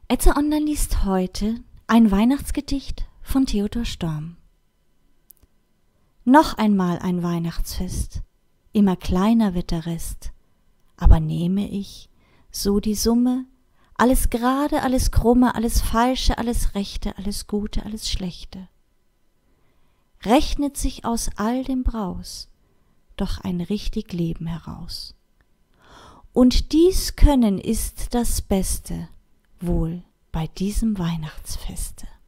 Etze Online liest heute ein Weihnachtsgedicht von Theodor Storm. Noch einmal ein Weihnachtsfest, immer kleiner wird der Rest, aber nehme ich so die Summe, alles Gerade, alles Krumme, alles Falsche, alles Rechte, alles Gute, alles Schlechte. Rechnet sich aus all dem Braus doch ein richtig Leben heraus. Und dies Können ist das Beste, wohl bei diesem Weihnachtsfeste.